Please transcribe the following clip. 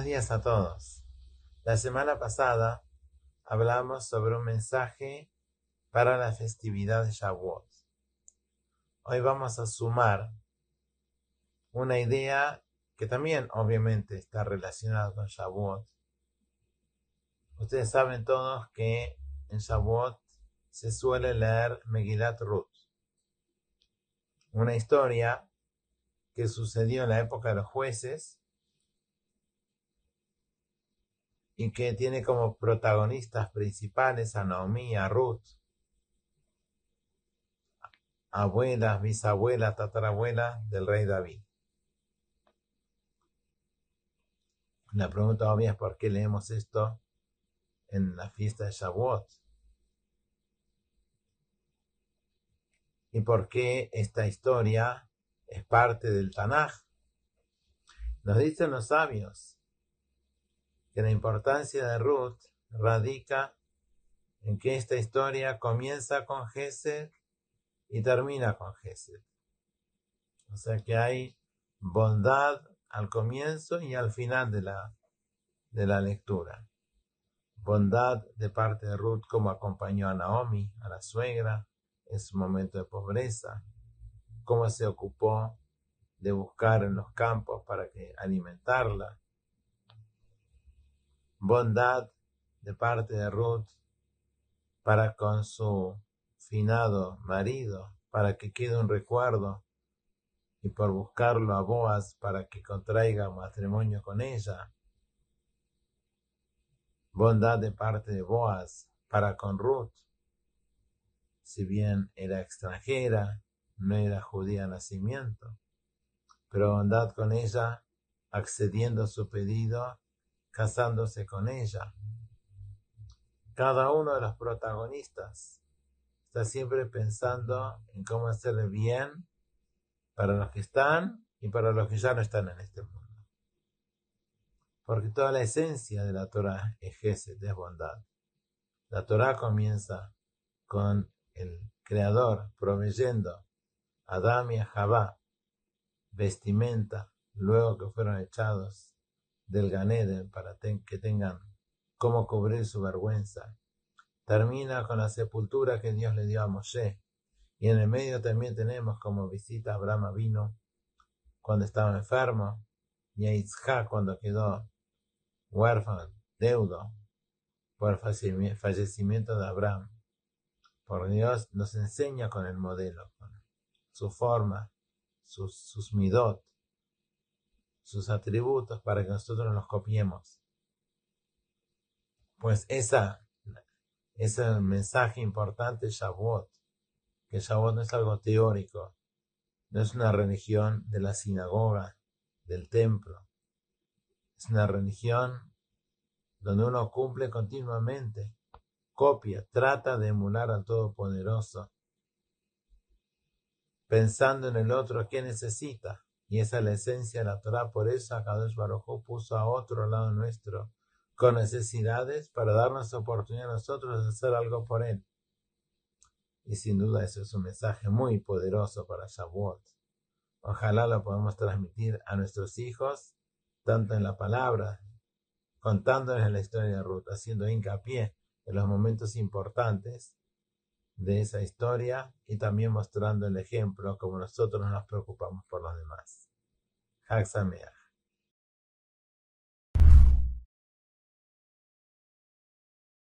Buenos días a todos. La semana pasada hablamos sobre un mensaje para la festividad de Shavuot. Hoy vamos a sumar una idea que también obviamente está relacionada con Shavuot. Ustedes saben todos que en Shavuot se suele leer Megillat Ruth, una historia que sucedió en la época de los jueces y que tiene como protagonistas principales a Naomi y a Ruth, abuelas, bisabuelas, tatarabuelas del rey David. La pregunta obvia es por qué leemos esto en la fiesta de Shavuot y por qué esta historia es parte del Tanaj. Nos dicen los sabios que la importancia de Ruth radica en que esta historia comienza con Gesed y termina con Gesed. O sea que hay bondad al comienzo y al final de la lectura. Bondad de parte de Ruth, como acompañó a Naomi, a la suegra, en su momento de pobreza, cómo se ocupó de buscar en los campos para alimentarla. Bondad de parte de Ruth para con su finado marido, para que quede un recuerdo, y por buscarlo a Boaz para que contraiga matrimonio con ella. Bondad de parte de Boaz para con Ruth, si bien era extranjera, no era judía de nacimiento, pero bondad con ella, accediendo a su pedido, casándose con ella. Cada uno de los protagonistas está siempre pensando en cómo hacer el bien para los que están y para los que ya no están en este mundo. Porque toda la esencia de la Torah es Gesed, es bondad. La Torah comienza con el Creador proveyendo a Adán y a Javá vestimenta, luego que fueron echados del Gan Eden para que tengan cómo cubrir su vergüenza. Termina con la sepultura que Dios le dio a Moshe. Y en el medio también tenemos como visita a Abraham vino cuando estaba enfermo, y a Isaac cuando quedó huérfano, deudo, por el fallecimiento de Abraham. Por Dios nos enseña con el modelo, con su forma, sus midot, sus atributos, para que nosotros los copiemos. Pues ese mensaje importante de Shavuot, que Shavuot no es algo teórico, no es una religión de la sinagoga, del templo. Es una religión donde uno cumple continuamente, copia, trata de emular al Todopoderoso, pensando en el otro que necesita. Y esa es la esencia de la Torah. Por eso Akadosh Baruj Hu puso a otro lado nuestro con necesidades para darnos oportunidad a nosotros de hacer algo por él. Y sin duda eso es un mensaje muy poderoso para Shavuot. Ojalá lo podamos transmitir a nuestros hijos, tanto en la palabra, contándoles la historia de Ruth, haciendo hincapié en los momentos importantes de esa historia y también mostrando el ejemplo como nosotros nos preocupamos por los demás. Hag Sameach.